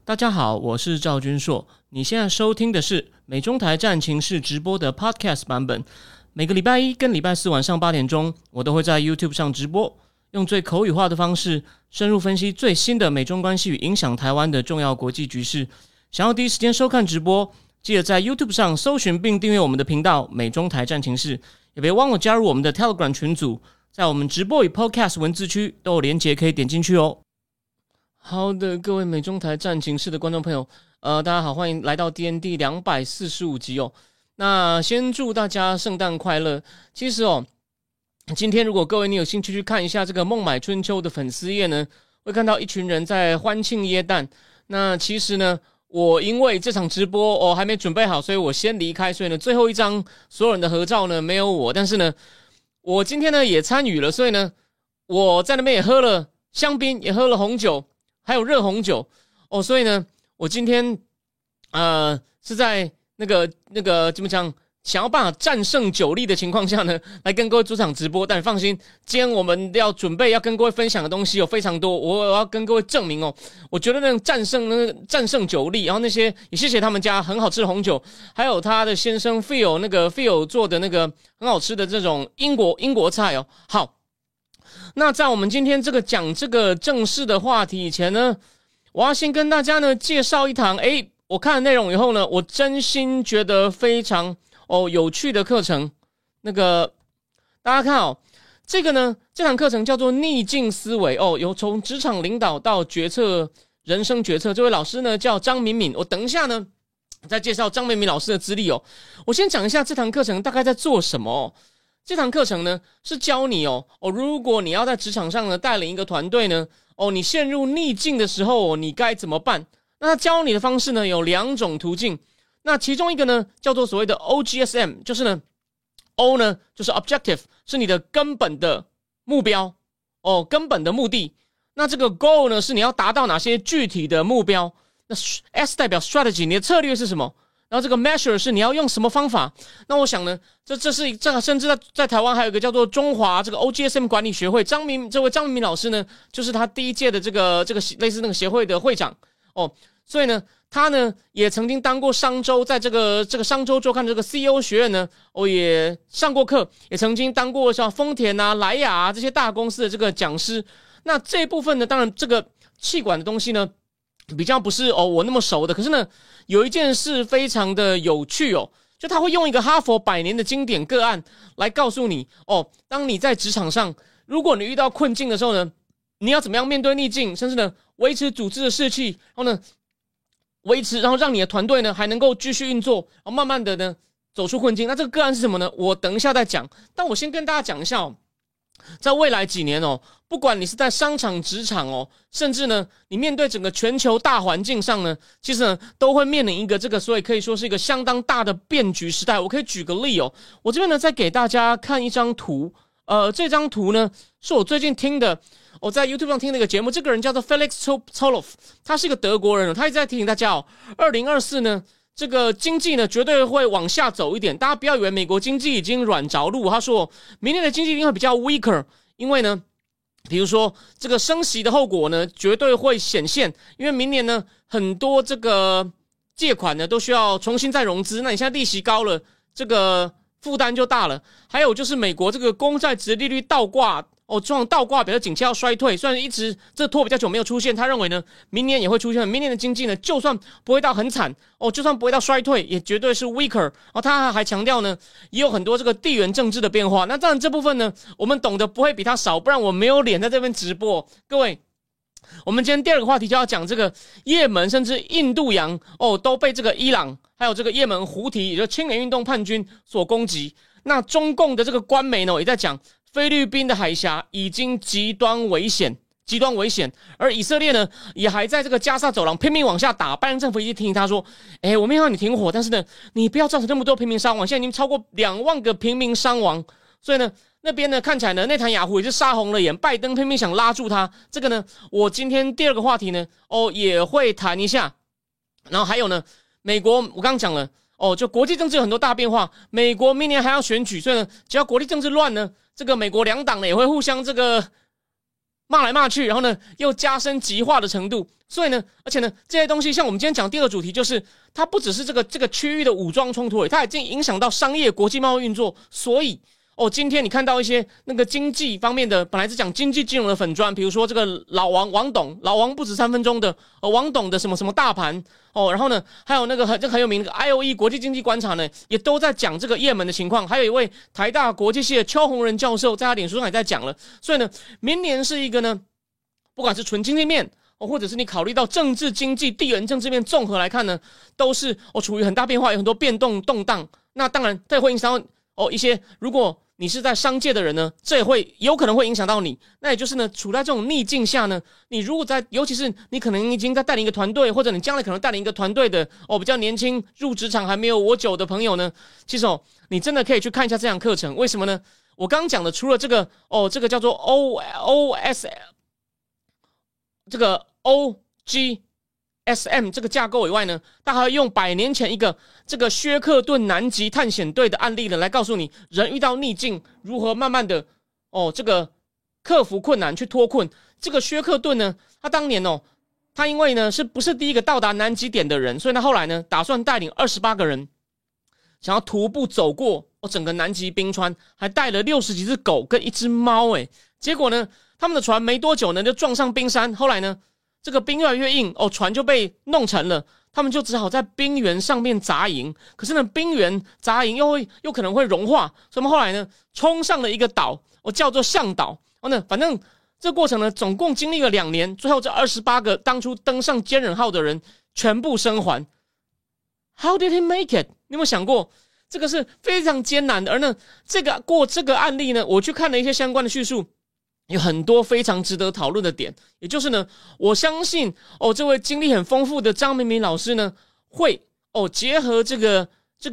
大家好，我是赵君硕。你现在收听的是美中台战情室直播的 Podcast 版本。每个礼拜一跟礼拜四晚上8点钟，我都会在 YouTube 上直播，用最口语化的方式，深入分析最新的美中关系与影响台湾的重要国际局势。想要第一时间收看直播，记得在 YouTube 上搜寻并订阅我们的频道美中台战情室，也别忘了加入我们的 Telegram 群组，在我们直播与 Podcast 文字区都有连结可以点进去哦。好的，各位美中台战情室的观众朋友，大家好，欢迎来到 DND 245集哦。那先祝大家圣诞快乐。其实哦，今天如果各位你有兴趣去看一下这个孟买春秋的粉丝页呢，会看到一群人在欢庆耶诞。那其实呢，我因为这场直播还没准备好，所以我先离开，所以呢，最后一张所有人的合照呢没有我，但是呢，我今天呢也参与了，所以呢，我在那边也喝了香槟，也喝了红酒。还有热红酒哦，所以呢，我今天是在那个怎么讲，想要办法战胜酒力的情况下呢，来跟各位主场直播。但放心，今天我们要准备要跟各位分享的东西有非常多，我要跟各位证明哦，我觉得那个战胜酒力，然后那些也谢谢他们家很好吃的红酒，还有他的先生 Phil 做的那个很好吃的这种英国菜哦，好。那在我们今天讲这个正式的话题以前呢，我要先跟大家呢介绍一堂我看了内容以后呢，我真心觉得非常有趣的课程。那个大家看哦，这堂课程叫做逆境思维哦，由从职场领导到人生决策，这位老师呢叫张敏敏。我等一下呢再介绍张敏敏老师的资历哦。我先讲一下这堂课程大概在做什么哦。这堂课程呢是教你如果你要在职场上呢带领一个团队呢你陷入逆境的时候你该怎么办？那他教你的方式呢有2种途径。那其中一个呢叫做所谓的 OGSM， 就是呢 O 呢就是 Objective， 是你的根本的目标根本的目的。那这个 Goal 呢是你要达到哪些具体的目标。那 S 代表 Strategy， 你的策略是什么？然后这个 measure 是你要用什么方法？那我想呢，这甚至在台湾还有一个叫做中华这个 OGSM 管理学会，这位张明敏老师呢，就是他第一届的这个类似那个协会的会长所以呢，他呢也曾经当过商周，在这个商周周刊这个 CEO 学院呢也上过课，也曾经当过像丰田啊、莱雅啊这些大公司的这个讲师。那这一部分呢，当然这个企管的东西呢，比较不是我那么熟的，可是呢，有一件事非常的有趣就他会用一个哈佛100年的经典个案来告诉你当你在职场上，如果你遇到困境的时候呢，你要怎么样面对逆境，甚至呢维持组织的士气，然后让你的团队呢还能够继续运作，然后慢慢的呢走出困境。那这个个案是什么呢？我等一下再讲，但我先跟大家讲一下在未来几年不管你是在商场、职场甚至呢你面对整个全球大环境上呢，其实呢都会面临一个所以可以说是一个相当大的变局时代。我可以举个例我这边呢再给大家看一张图，这张图呢是我最近听的，我在 YouTube 上听的一个节目，这个人叫做 Felix Toloff， 他是一个德国人他一直在提醒大家2024呢这个经济呢绝对会往下走一点，大家不要以为美国经济已经软着陆，他说明年的经济一定会比较 weaker， 因为呢比如说这个升息的后果呢绝对会显现，因为明年呢很多这个借款呢都需要重新再融资，那你现在利息高了，这个负担就大了。还有就是美国这个公债殖利率倒挂这种倒挂表示景气要衰退，虽然一直这拖比较久没有出现，他认为呢明年也会出现，明年的经济呢就算不会到很惨就算不会到衰退，也绝对是 weaker。他还强调呢也有很多这个地缘政治的变化。那当然这部分呢我们懂得不会比他少，不然我没有脸在这边直播。各位，我们今天第二个话题就要讲这个也门甚至印度洋都被这个伊朗还有这个也门胡提也就是青年运动叛军所攻击。那中共的这个官媒呢也在讲菲律宾的海峡已经极端危险，而以色列呢也还在这个加沙走廊拼命往下打。拜登政府已经提醒他说我们要让你停火，但是呢你不要造成这么多平民伤亡，现在已经超过2万个平民伤亡。所以呢那边呢看起来呢内塔尼亚胡也是杀红了眼，拜登拼命想拉住他。这个呢我今天第二个话题呢也会谈一下。然后还有呢美国我刚刚讲了就国际政治有很多大变化，美国明年还要选举，所以呢只要国际政治乱呢，这个美国2党呢也会互相这个骂来骂去，然后呢又加深极化的程度。所以呢，而且呢这些东西，像我们今天讲第二个主题，就是它不只是这个区域的武装冲突而已，它已经影响到商业国际贸易运作。所以今天你看到一些那个经济方面的，本来是讲经济金融的粉专，比如说这个王董，老王不止3分钟的王董的什么什么大盘然后呢还有那个很有名的 IOE 国际经济观察呢，也都在讲这个也门的情况。还有一位台大国际系的邱宏仁教授在他脸书上也在讲了。所以呢，明年是一个呢，不管是纯经济面或者是你考虑到政治经济地缘政治面综合来看呢，都是处于很大变化，有很多变动动荡。那当然这也会影响到一些，如果你是在商界的人呢，这也会有可能会影响到你。那也就是呢，处在这种逆境下呢，你如果尤其是你可能已经在带领一个团队，或者你将来可能带领一个团队的比较年轻，入职场还没有我久的朋友呢，其实你真的可以去看一下这堂课程。为什么呢？我刚刚讲的除了这个这个叫做 OSL 这个 OGSM 这个架构以外呢，它还会用100年前一个这个薛克顿南极探险队的案例呢，来告诉你人遇到逆境如何慢慢的这个克服困难去脱困。这个薛克顿呢，他当年他因为呢不是第一个到达南极点的人，所以他后来呢打算带领28个人想要徒步走过整个南极冰川，还带了60几只狗跟1只猫结果呢他们的船没多久呢就撞上冰山，后来呢这个冰越来越硬船就被弄沉了，他们就只好在冰原上面扎营。可是呢冰原扎营又可能会融化，所以他们后来呢冲上了一个岛叫做向岛。反正这个过程呢总共经历了2年，最后这28个当初登上坚忍号的人全部生还。 How did he make it？ 你有没有想过这个是非常艰难的。而呢这个案例呢，我去看了一些相关的叙述，有很多非常值得讨论的点。也就是呢，我相信这位经历很丰富的张明明老师呢，会结合这个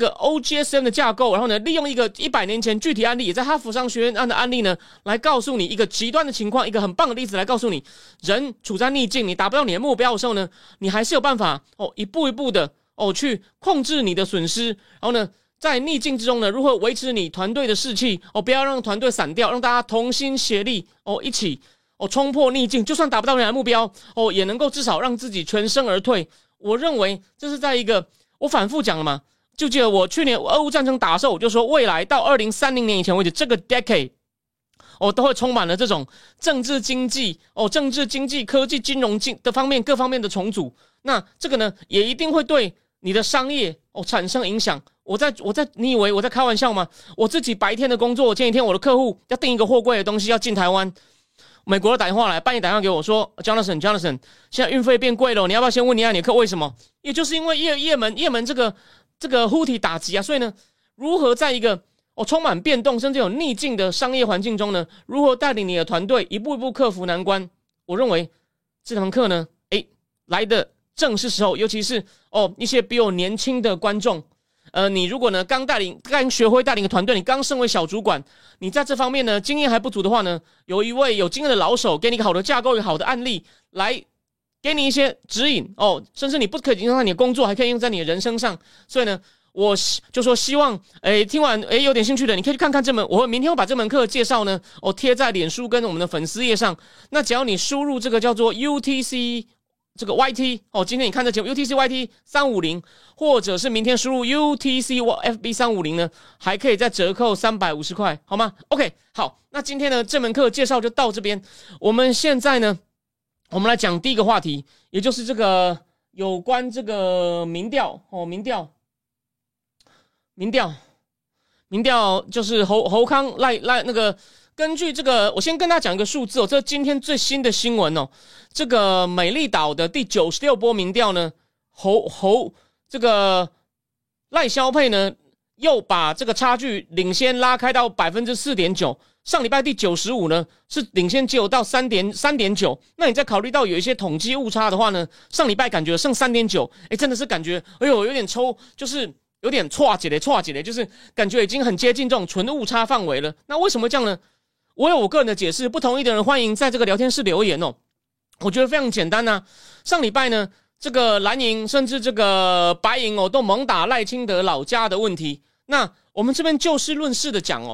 OGSM 的架构，然后呢利用一个100年前具体案例，也在哈佛商学院案的案例呢，来告诉你一个极端的情况，一个很棒的例子，来告诉你人处在逆境，你达不到你的目标的时候呢，你还是有办法一步一步的去控制你的损失。然后呢在逆境之中呢，如何维持你团队的士气不要让团队散掉，让大家同心协力一起冲破逆境，就算达不到原来的目标也能够至少让自己全身而退。我认为这是在一个，我反复讲了嘛，就记得我去年俄乌战争打的时候，我就说未来到2030年以前为止，这个 decade都会充满了这种政治经济科技金融的方面各方面的重组。那这个呢也一定会对你的商业产生影响。你以为我在开玩笑吗？我自己白天的工作，前几天我的客户要订一个货柜的东西要进台湾，美国人打电话来，半夜打电话给我说 Jonathan 现在运费变贵了，你要不要先问一下你的客为什么？也就是因为也门这个呼体打击啊。所以呢，如何在一个充满变动甚至有逆境的商业环境中呢，如何带领你的团队一步一步克服难关？我认为这堂课呢来的正是时候，尤其是一些比我年轻的观众，你如果呢刚学会带领一个团队，你刚升为小主管，你在这方面呢经验还不足的话呢，有一位有经验的老手给你一个好的架构，一个好的案例来给你一些指引甚至你不可以用在你的工作，还可以用在你的人生上。所以呢，我就说希望听完有点兴趣的，你可以去看看我明天会把这门课介绍呢贴在脸书跟我们的粉丝页上。那只要你输入这个叫做 UTC 这个 YT 今天你看这节目 UTC YT 350，或者是明天输入 UTC FB 350呢，还可以再折扣350块，好吗 ？OK， 好，那今天呢这门课介绍就到这边。我们现在呢，我们来讲第一个话题，也就是这个有关这个民调就是侯康赖那个。根据这个，我先跟大家讲一个数字这是今天最新的新闻这个美丽岛的第96波民调呢，这个赖萧配呢又把这个差距领先拉开到 4.9%， 上礼拜第95呢是领先只有到 3.9%。 那你再考虑到有一些统计误差的话呢，上礼拜感觉剩 3.9%， 真的是感觉有点就是有点错节嘞，就是感觉已经很接近这种纯误差范围了。那为什么这样呢？我有我个人的解释，不同意的人欢迎在这个聊天室留言我觉得非常简单啊。上礼拜呢，这个蓝营甚至这个白营都猛打赖清德老家的问题。那我们这边就事论事的讲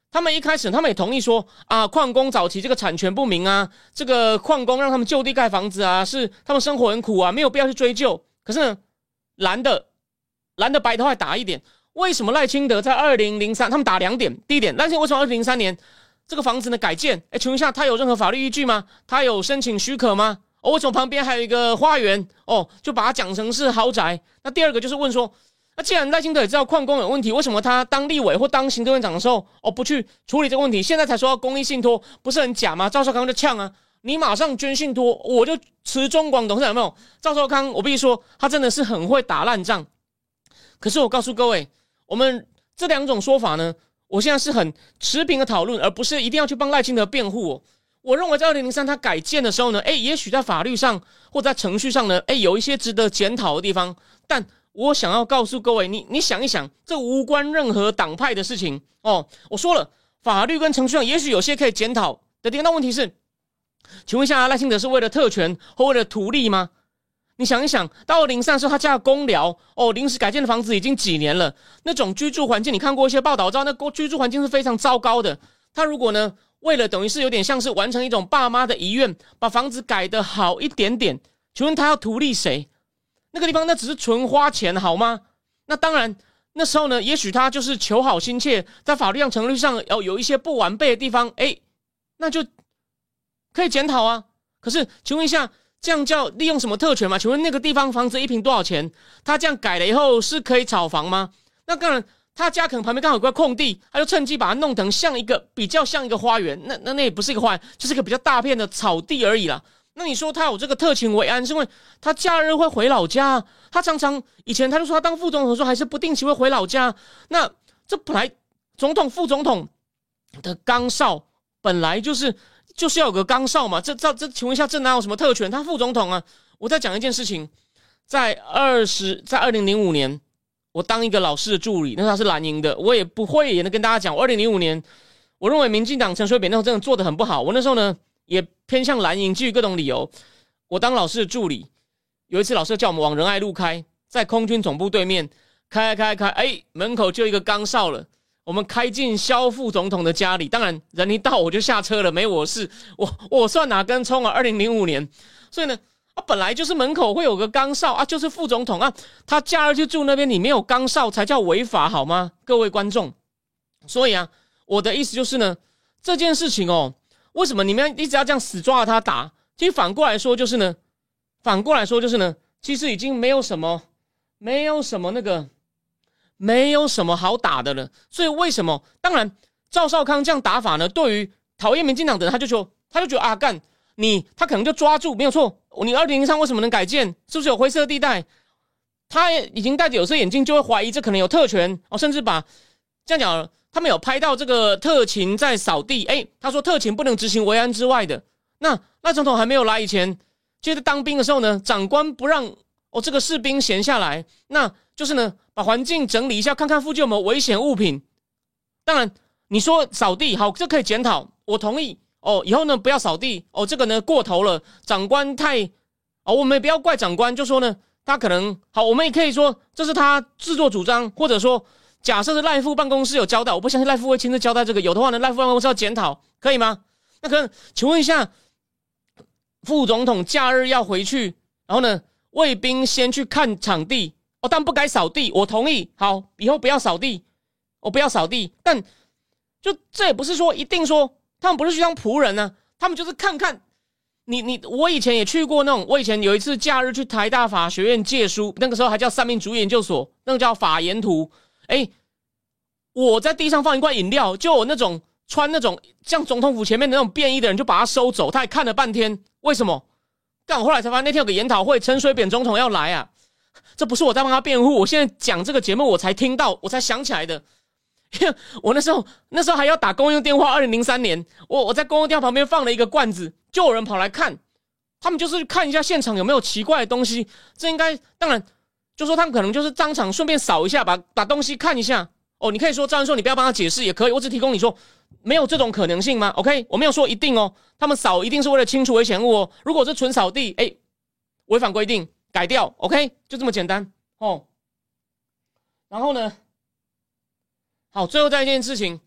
他们一开始他们也同意说啊，矿工早期这个产权不明啊，这个矿工让他们就地盖房子啊，是他们生活很苦啊，没有必要去追究。可是呢，蓝的白头还打一点，为什么赖清德在2003他们打2点？第一点，赖清德为什么2003年这个房子的改建，请问一下，他有任何法律依据吗？他有申请许可吗？为什么旁边还有一个花园？就把它讲成是豪宅？那第二个就是问说，那既然赖清德也知道矿工有问题，为什么他当立委或当行政院长的时候，不去处理这个问题？现在才说要公益信托，不是很假吗？赵少康就呛啊，你马上捐信托，我就辞中广董事长，有没有？赵少康，我必须说，他真的是很会打烂仗。可是我告诉各位，我们这2种说法呢，我现在是很持平的讨论，而不是一定要去帮赖清德辩护。我认为在2003他改建的时候呢，也许在法律上或在程序上呢，有一些值得检讨的地方，但我想要告诉各位，你想一想，这无关任何党派的事情我说了，法律跟程序上也许有些可以检讨的地方，但问题是，请问一下，赖清德是为了特权或为了图利吗？你想一想，到2003的时候，他家的公寮临时改建的房子已经几年了，那种居住环境，你看过一些报道，知道那居住环境是非常糟糕的。他如果呢，为了等于是有点像是完成一种爸妈的遗愿，把房子改得好一点点，请问他要图利谁？那个地方那只是纯花钱好吗？那当然，那时候呢，也许他就是求好心切，在法律上、程序上有一些不完备的地方，那就可以检讨啊。可是，请问一下，这样叫利用什么特权吗？请问那个地方房子1坪多少钱？他这样改了以后是可以炒房吗？那当然，他家可能旁边刚好有块空地，他就趁机把它弄成比较像一个花园。那也不是一个花园，就是一个比较大片的草地而已啦。那你说他有这个特勤维安，是因为他假日会回老家，他常常以前他就说他当副总统的时候还是不定期会回老家。那这本来总统副总统的纲哨本来就是要有个纲哨嘛，这请问一下，这哪有什么特权？他副总统啊。我再讲一件事情，在2005年，我当一个老师的助理，那他是蓝营的，我也不会也能跟大家讲，我2005年我认为民进党陈水扁那时候真的做得很不好，我那时候呢也偏向蓝营，基于各种理由，我当老师的助理。有一次老师叫我们往仁爱路开，在空军总部对面开，门口就一个岗哨了。我们开进萧副总统的家里，当然人一到我就下车了，没我事。我算哪根葱啊？2005年，所以呢，本来就是门口会有个岗哨啊，就是副总统啊，他假日去住那边，你没有岗哨才叫违法好吗？各位观众，所以啊，我的意思就是呢，这件事情为什么你们一直要这样死抓着他打？其实反过来说就是呢，其实已经没有什么好打的了。所以为什么？当然，赵少康这样打法呢，对于讨厌民进党的人，他就觉得啊，干他可能就抓住没有错。你2003为什么能改建？是不是有灰色地带？他已经戴着有色眼镜，就会怀疑这可能有特权甚至把这样讲了。他们有拍到这个特勤在扫地，他说特勤不能执行维安之外的。那总统还没有来以前，就在当兵的时候呢，长官不让这个士兵闲下来，那就是呢把环境整理一下，看看附近有没有危险物品。当然你说扫地好，这可以检讨，我同意以后呢不要扫地这个呢过头了，长官太我们也不要怪长官，就说呢他可能好，我们也可以说这是他自作主张，或者说假设是赖副办公室有交代，我不相信赖副会亲自交代这个，有的话呢赖副办公室要检讨，可以吗？那可能请问一下，副总统假日要回去，然后呢卫兵先去看场地但不该扫地，我同意，好，以后不要扫地，不要扫地，但就这也不是说一定说他们不是去当仆人啊，他们就是看看我以前也去过那种，我以前有一次假日去台大法学院借书，那个时候还叫三民主义研究所，那个叫法研图，我在地上放一罐饮料，就有那种穿那种像总统府前面的那种便衣的人就把他收走，他还看了半天，为什么？干，我后来才发现那天有个研讨会，陈水扁总统要来啊，这不是我在帮他辩护，我现在讲这个节目我才听到，我才想起来的。因为我那时候还要打公用电话，2003年，我在公用电话旁边放了一个罐子，就有人跑来看，他们就是看一下现场有没有奇怪的东西，这应该当然就说他们可能就是当场顺便扫一下，把东西看一下。你可以说赵仁硕你不要帮他解释也可以，我只提供你说没有这种可能性吗 ？OK， 我没有说一定他们扫一定是为了清除危险物如果是纯扫地，违反规定改掉 ，OK， 就这么简单然后呢，好，最后再一件事情，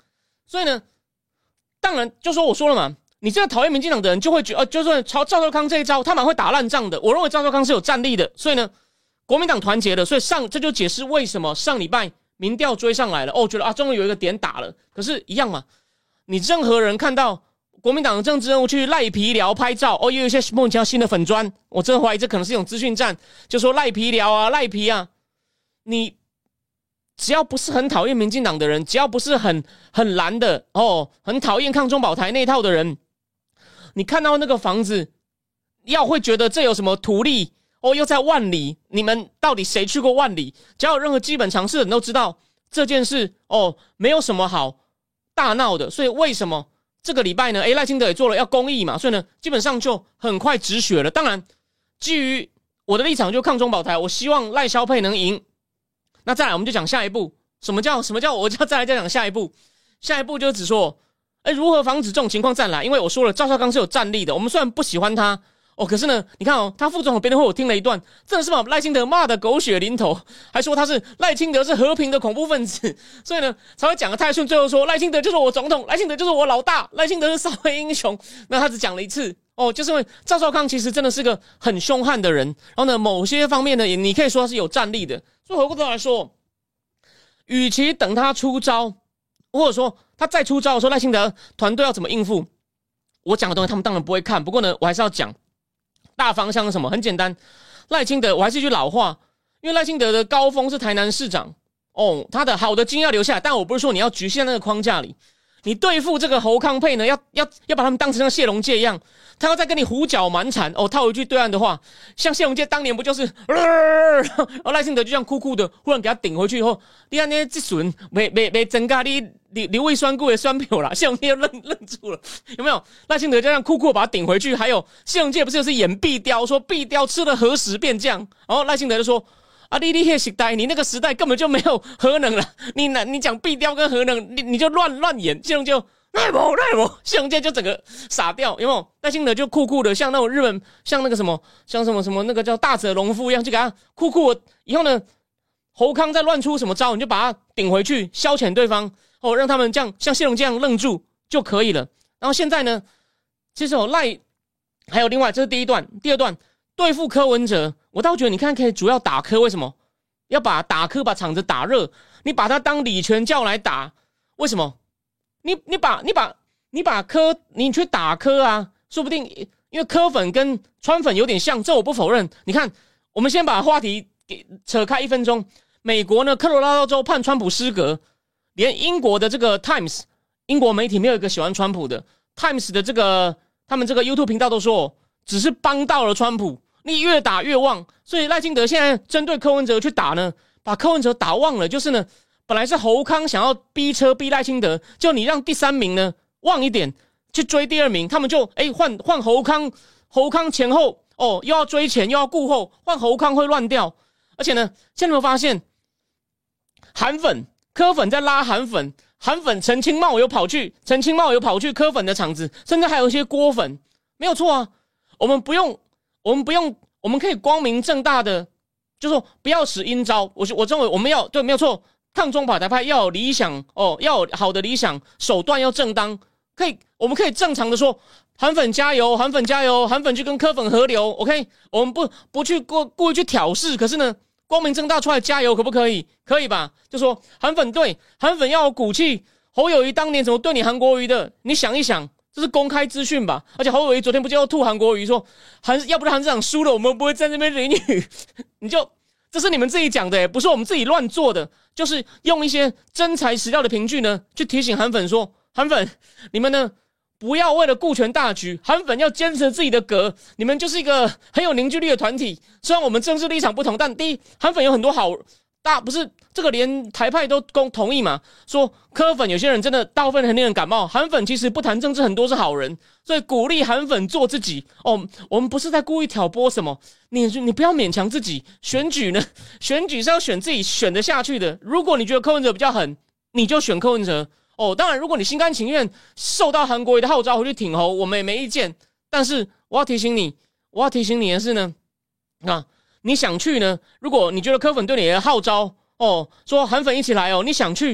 所以呢，当然就说我说了嘛，你这个讨厌民进党的人就会觉得，就是赵少康这一招他蛮会打烂仗的。我认为赵少康是有战力的，所以呢，国民党团结了，所以这就解释为什么上礼拜民调追上来了。觉得终于有一个点打了。可是，一样嘛，你任何人看到国民党的政治人物去赖皮寮拍照，又有一些莫名其妙新的粉砖，我真的怀疑这可能是一种资讯战，就说赖皮寮啊、赖皮啊，你只要不是很讨厌民进党的人，只要不是很蓝的很讨厌抗中保台那一套的人，你看到那个房子，要会觉得这有什么图利又在万里，你们到底谁去过万里？只要有任何基本常识的人都知道这件事没有什么好大闹的。所以为什么这个礼拜呢？赖清德也做了要公益嘛，所以呢，基本上就很快止血了。当然，基于我的立场就抗中保台，我希望赖萧配能赢。那再来，我们就讲下一步，什么叫我就再来再讲下一步。下一步就只说，如何防止这种情况再来？因为我说了，赵少康是有战力的。我们虽然不喜欢他可是呢，你看他副总统辩论会我听了一段，真的是把赖清德骂得狗血淋头，还说赖清德是和平的恐怖分子，所以呢才会讲得太顺。最后说赖清德就是我总统，赖清德就是我老大，赖清德是少年英雄。那他只讲了一次就是因为赵少康其实真的是个很凶悍的人，然后呢，某些方面呢，你可以说他是有战力的。所以回过头来说，与其等他出招，或者说他再出招的时候，赖清德团队要怎么应付，我讲的东西他们当然不会看。不过呢，我还是要讲大方向是什么？很简单，赖清德我还是一句老话，因为赖清德的高峰是台南市长他的好的经验要留下来，但我不是说你要局限在那个框架里。你对付这个侯康沛呢，要把他们当成像谢龙介一样，他要再跟你胡搅蛮缠套一句对岸的话，像谢龙介当年不就是赖清德就这样酷酷的忽然给他顶回去以后，你看那些这损没增加你胃酸固的酸票啦，谢龙介就愣住了，有没有？赖清德就这样酷酷把他顶回去，还有谢龙介不是演壁雕，说壁雕吃了何时变这样，然后赖清德就说你那时代，你那个时代根本就没有核能了。你讲壁雕跟核能，你就乱演，谢龙就赖某，谢龙介就整个傻掉，有没有？赖清德就酷酷的，像那种日本，像那个什么那个叫大泽隆夫一样，就给他酷酷的。以后呢，侯康再乱出什么招，你就把他顶回去，消遣对方让他们这样像谢龙这样愣住就可以了。然后现在呢，其实赖还有另外，这是第一段，第二段。对付柯文哲，我倒觉得你看可以主要打柯，为什么要打柯把场子打热？你把他当李全教来打，为什么？你把柯你去打柯啊，说不定因为柯粉跟川粉有点像，这我不否认。你看，我们先把话题给扯开1分钟。美国呢，科罗拉多州判川普失格，连英国的这个 Times 英国媒体没有一个喜欢川普的 Times 的他们这个 YouTube 频道都说，只是帮到了川普。你越打越旺，所以赖清德现在针对柯文哲去打呢，把柯文哲打旺了。就是呢，本来是侯康想要逼赖清德，就你让第3名呢旺一点去追第2名，他们就换侯康前后又要追前又要顾后，换侯康会乱掉。而且呢，现在有没有发现韩粉柯粉在拉韩粉陈清茂有跑去柯粉的场子，甚至还有一些郭粉，没有错啊，我们可以光明正大的，就说不要使阴招。我认为我们要对，没有错，抗中保台派要有理想要有好的理想，手段要正当。我们可以正常的说，韩粉加油，韩粉去跟柯粉合流 ，OK？ 我们不去故意去挑事，可是呢，光明正大出来加油，可不可以？可以吧？就说韩粉要有骨气。侯友宜当年怎么对你韩国瑜的？你想一想。这是公开资讯吧？而且侯友宜昨天不就要吐韩国瑜说，要不是韩市长输了，我们不会在那边淋雨。这是你们自己讲的，不是我们自己乱做的，就是用一些真材实料的凭据呢，去提醒韩粉说，韩粉你们呢不要为了顾全大局，韩粉要坚持自己的格，你们就是一个很有凝聚力的团体。虽然我们政治立场不同，但第一，韩粉有很多好。不是这个连台派都同意嘛？说柯粉有些人真的大部分很令人感冒，韩粉其实不谈政治很多是好人，所以鼓励韩粉做自己。我们不是在故意挑拨什么，你不要勉强自己。选举是要选自己选得下去的。如果你觉得柯文哲比较狠，你就选柯文哲。当然如果你心甘情愿受到韩国瑜的号召回去挺侯，我们也没意见。但是我要提醒你的是呢，你想去呢？如果你觉得柯粉对你的号召说韩粉一起来你想去，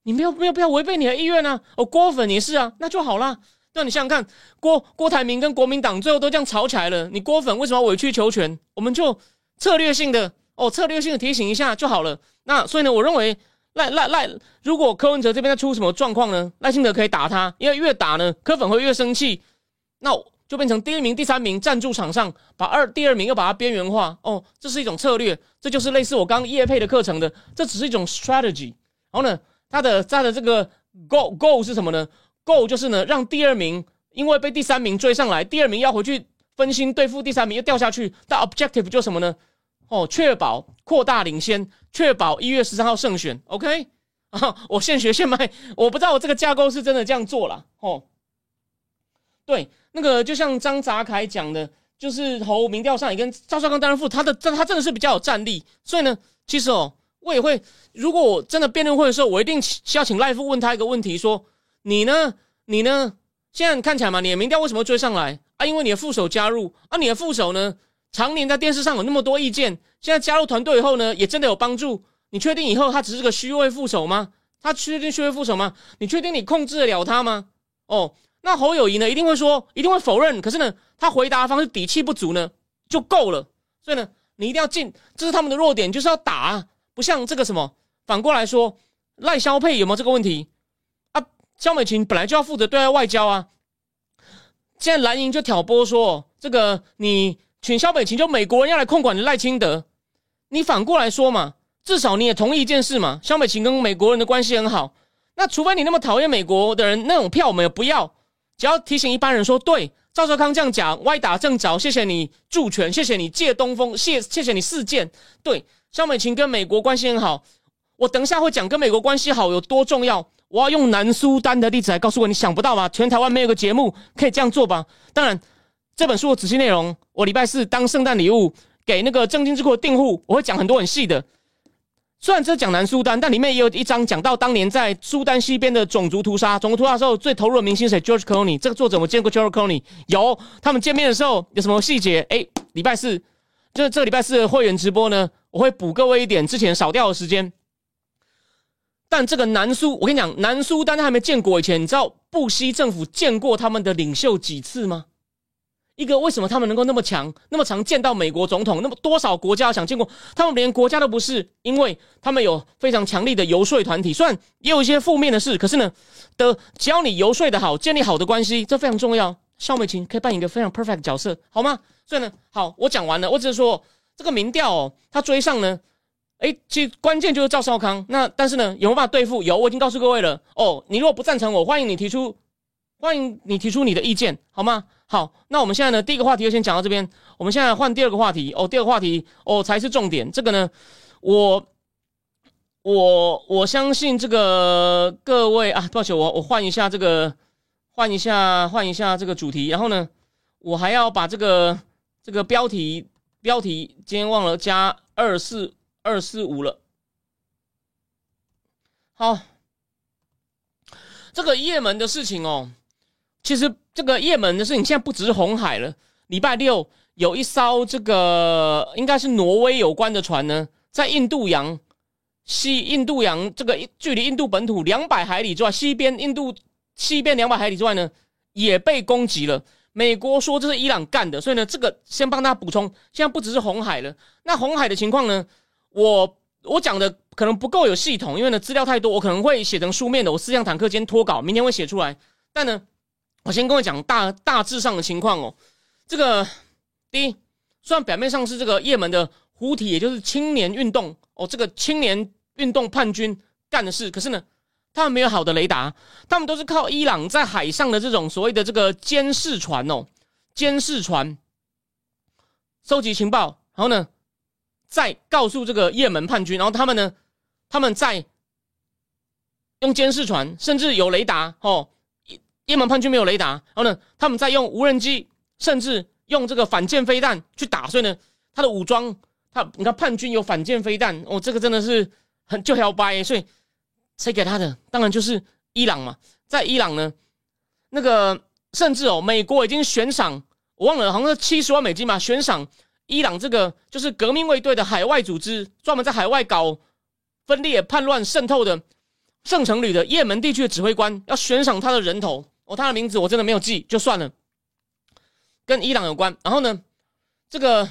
你不要违背你的意愿啊！郭粉也是啊，那就好啦。对，你想想看，郭台铭跟国民党最后都这样吵起来了，你郭粉为什么要委曲求全？我们就策略性的提醒一下就好了。那所以呢，我认为如果柯文哲这边再出什么状况呢，赖清德可以打他，因为越打呢，柯粉会越生气，那就变成第1名、第3名站住场上，把第2名又把它边缘化。这是一种策略，这就是类似我刚业配的课程的，这只是一种 strategy。然后呢，他的这个 goal 是什么呢 ？goal 就是呢，让第2名因为被第3名追上来，第2名要回去分心对付第3名又掉下去，但 objective 就是什么呢？确保扩大领先，确保1月13号胜选。OK， 我现学现卖，我不知道我这个架构是真的这样做啦。对，那个就像张杂凯讲的，就是侯民调上也跟赵少康担任副，他真的是比较有战力，所以呢，其实我也会，如果我真的辩论会的时候，我一定要请赖副问他一个问题，说你呢？现在看起来嘛，你的民调为什么追上来啊？因为你的副手加入啊，你的副手呢，常年在电视上有那么多意见，现在加入团队以后呢，也真的有帮助。你确定以后他只是个虚位副手吗？你确定你控制得了他吗？那侯友宜呢，一定会否认，可是呢，他回答的方式底气不足呢，就够了。所以呢，你一定要这是他们的弱点，就是要打啊，不像这个什么。反过来说，赖萧配有没有这个问题啊？萧美琴本来就要负责对外外交啊，现在蓝营就挑拨说，这个你请萧美琴，就美国人要来控管你赖清德，你反过来说嘛，至少你也同意一件事嘛，萧美琴跟美国人的关系很好，那除非你那么讨厌美国的人，那种票我们也不要。只要提醒一般人说，对，赵少康这样讲，歪打正着，谢谢你助权，谢谢你借东风，谢谢你四件。对，萧美琴跟美国关系很好，我等一下会讲跟美国关系好有多重要。我要用南苏丹的例子来告诉我，你想不到吧？全台湾没有个节目可以这样做吧？当然，这本书的仔细内容，我礼拜4当圣诞礼物给那个正经智库的订户，我会讲很多很细的。虽然这讲南苏丹，但里面也有一章讲到当年在苏丹西边的种族屠杀的时候，最投入的明星谁 ？George Clooney。这个作者我见过 George Clooney， 有他们见面的时候有什么细节？礼拜4，就是这个礼拜4的会员直播呢，我会补各位一点之前少掉的时间。但这个我跟你讲，南苏丹还没建国以前，你知道布希政府见过他们的领袖几次吗？一个为什么他们能够那么强，那么常见到美国总统，那么多少国家想见过，他们连国家都不是，因为他们有非常强力的游说团体，虽然也有一些负面的事，可是呢，只要你游说的好，建立好的关系，这非常重要。萧美琴可以扮演一个非常 perfect 的角色，好吗？所以呢，好，我讲完了，我只是说这个民调他追上呢，其实关键就是赵少康，那但是呢，有没有办法对付？有，我已经告诉各位了。你如果不赞成我，欢迎你提出你的意见，好吗？好，那我们现在呢，第一个话题就先讲到这边，我们现在换第二个话题。第二个话题才是重点。这个呢，我相信这个各位啊，抱歉，我换一下这个这个主题，然后呢，我还要把这个标题今天忘了加245了。好，这个也门的事情其实这个也门的事情现在不只是红海了。礼拜6有一艘这个应该是挪威有关的船呢，在印度洋这个距离印度本土200海里之外，西边200海里之外呢，也被攻击了。美国说这是伊朗干的，所以呢，这个先帮大家补充，现在不只是红海了。那红海的情况呢，我讲的可能不够有系统，因为呢资料太多，我可能会写成书面的。我4辆坦克今天脱稿，明天会写出来。但呢，我先跟我讲大致上的情况这个第一，虽然表面上是这个也门的胡体，也就是青年运动这个青年运动叛军干的事，可是呢，他们没有好的雷达，他们都是靠伊朗在海上的这种所谓的这个监视船收集情报，然后呢，再告诉这个也门叛军，然后他们再用监视船，甚至有雷达也门叛军没有雷达，然后呢，他们再用无人机，甚至用这个反舰飞弹去打，所以呢，他的武装，你看叛军有反舰飞弹这个真的是就摇摆，所以谁给他的？当然就是伊朗嘛。在伊朗呢，那个甚至美国已经悬赏，我忘了好像是70万美金吧，悬赏伊朗这个就是革命卫队的海外组织，专门在海外搞分裂、叛乱、渗透的， 圣城旅的也门地区的指挥官要悬赏他的人头他的名字我真的没有记，就算了，跟伊朗有关。然后呢，这个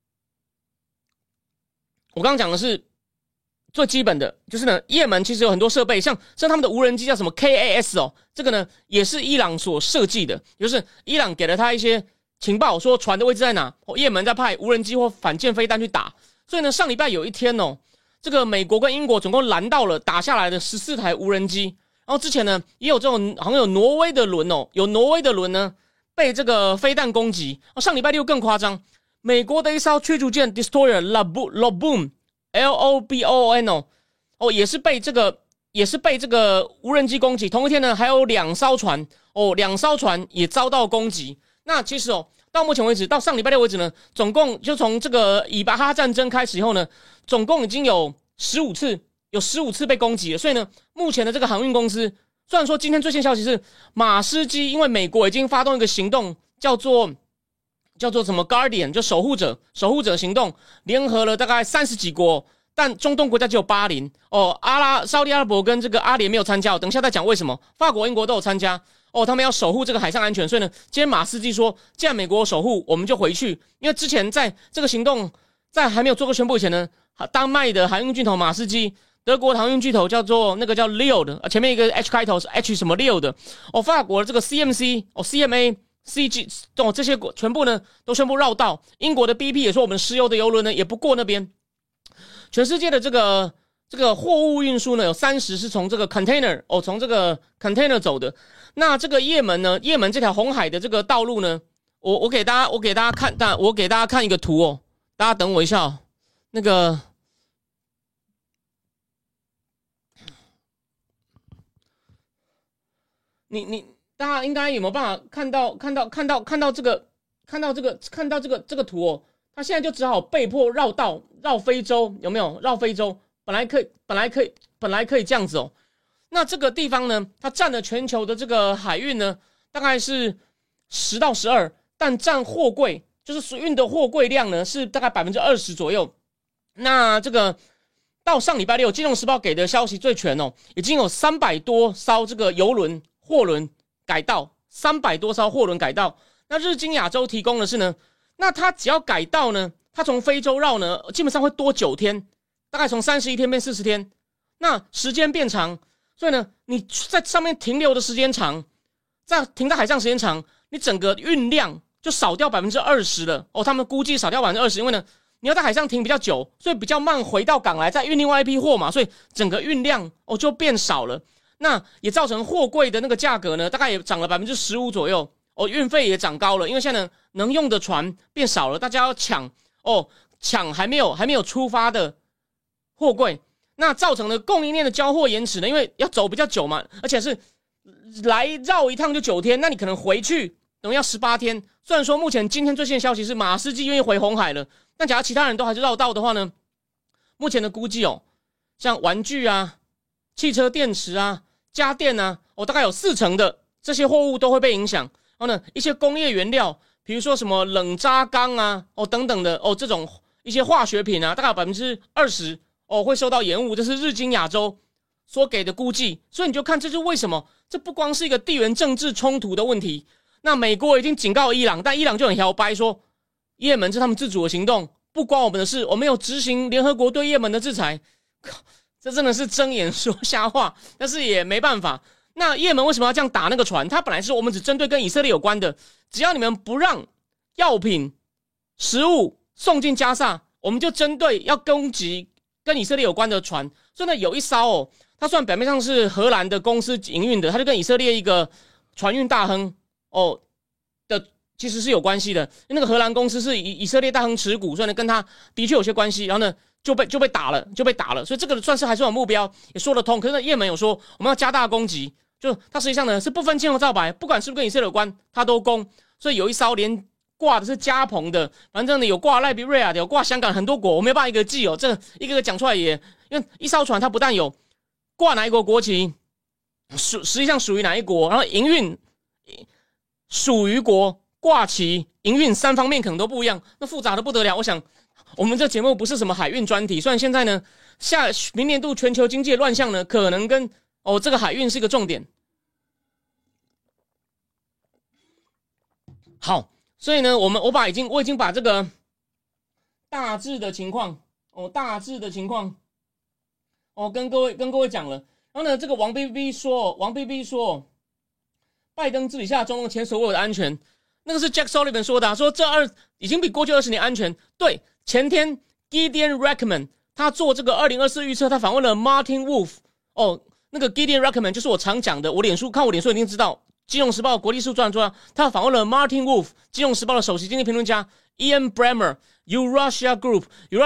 我刚刚讲的是最基本的，就是呢，也门其实有很多设备，像他们的无人机叫什么 KAS 这个呢也是伊朗所设计的，就是伊朗给了他一些情报，说船的位置在哪，也门在派无人机或反舰飞弹去打。所以呢，上礼拜有一天这个美国跟英国总共拦到了打下来的14台无人机。然后之前呢，也有这种好像有挪威的轮有挪威的轮呢被这个飞弹攻击。上礼拜六更夸张，美国的一艘驱逐舰 Destroyer Loboom L-O-B-O-O-N 也是被这个无人机攻击。同一天呢，还有2艘船2艘船也遭到攻击。那其实到目前为止，到上礼拜六为止呢，总共就从这个以巴哈战争开始以后呢，总共已经有15次被攻击了。所以呢，目前的这个航运公司，虽然说今天最新消息是马士基，因为美国已经发动一个行动，叫做什么 Guardian， 就守护者行动，联合了大概30几国，但中东国家只有80沙特阿拉伯跟这个阿联没有参加，等一下再讲为什么。法国、英国都有参加他们要守护这个海上安全。所以呢，今天马士基说，既然美国守护，我们就回去。因为之前在这个行动在还没有做过宣布以前呢，丹麦的航运巨头马士基，德国的航运巨头叫 Leo 的前面一个 H 开头是 H 什么 Leo 的法国的这个 CMC CMA CG 这些全部呢都宣布绕道。英国的 BP 也说，我们石油的油轮呢也不过那边。全世界的这个货物运输呢，有30是从这个 container 从这个 container 走的。那这个也门这条红海的这个道路呢，我给大家看一个图大家等我一下那个大家应该有没有办法看到这个图他现在就只好被迫绕道绕非洲，有没有绕非洲？本来可以这样子那这个地方呢，它占了全球的这个海运呢，大概是10到12，但占货柜就是运的货柜量呢是大概 20% 左右。那这个到上礼拜六，《金融时报》给的消息最全已经有300多艘这个邮轮货轮改道，300多艘货轮改道。那日经亚洲提供的是呢，那它只要改道呢，它从非洲绕呢，基本上会多9天，大概从31天变40天，那时间变长。所以呢，你在上面停留的时间长，停在海上时间长，你整个运量就少掉 20% 了他们估计少掉 20%， 因为呢，你要在海上停比较久，所以比较慢回到港来，再运另外一批货嘛，所以整个运量就变少了。那也造成货柜的那个价格呢，大概也涨了 15% 左右运费也涨高了，因为现在呢能用的船变少了，大家要抢还没有出发的货柜。那造成了供应链的交货延迟呢，因为要走比较久嘛，而且是来绕一趟就9天，那你可能回去等于要18天。虽然说目前今天最新的消息是马士基愿意回红海了，但假如其他人都还是绕道的话呢，目前的估计像玩具啊、汽车电池啊、家电啊，大概有40%的这些货物都会被影响。然后呢，一些工业原料，比如说什么冷轧钢啊等等的这种一些化学品啊，大概有 20%会受到延误，这是日经亚洲所给的估计。所以你就看，这就是为什么这不光是一个地缘政治冲突的问题。那美国已经警告伊朗，但伊朗就很摇摆说，也门是他们自主的行动，不关我们的事，我们有执行联合国对也门的制裁。这真的是睁眼说瞎话，但是也没办法。那也门为什么要这样打那个船？它本来是我们只针对跟以色列有关的，只要你们不让药品、食物送进加萨，我们就针对要攻击跟以色列有关的船。所以呢，有一艘它虽然表面上是荷兰的公司营运的，它就跟以色列一个船运大亨的其实是有关系的。因为那个荷兰公司是以色列大亨持股，所以呢跟他的确有些关系。然后呢就被打了，所以这个算是还是有目标，也说得通。可是呢，也门有说我们要加大攻击，就它实际上呢是不分青红皂白，不管是不是跟以色列有关，它都攻。所以有一艘连挂的是加蓬的，反正呢有挂赖比瑞亚的，有挂香港很多国，我没有办法一个记这一个讲出来也，因为一艘船它不但有挂哪一国国旗，实际上属于哪一国，然后营运属于国、挂旗、营运3方面可能都不一样，那复杂的不得了。我想我们这节目不是什么海运专题，虽然现在呢明年度全球经济的乱象呢可能跟哦，这个海运是一个重点。好，所以呢，我已经把这个大致的情况跟各位讲了。然后呢，这个王 BB 说，拜登治理下中东前所未有的安全，那个是 Jack Sullivan 说的啊，说已经比过去20年安全。对，前天 Gideon Rackman 他做这个2024预测，他访问了 Martin Wolf。哦，那个 Gideon Rackman 就是我常讲的，我脸书一定知道。金融时报国际数专家，他访问了 Martin Wolf， 金融时报的首席经济评论家 Ian Bremmer，Eurasia Group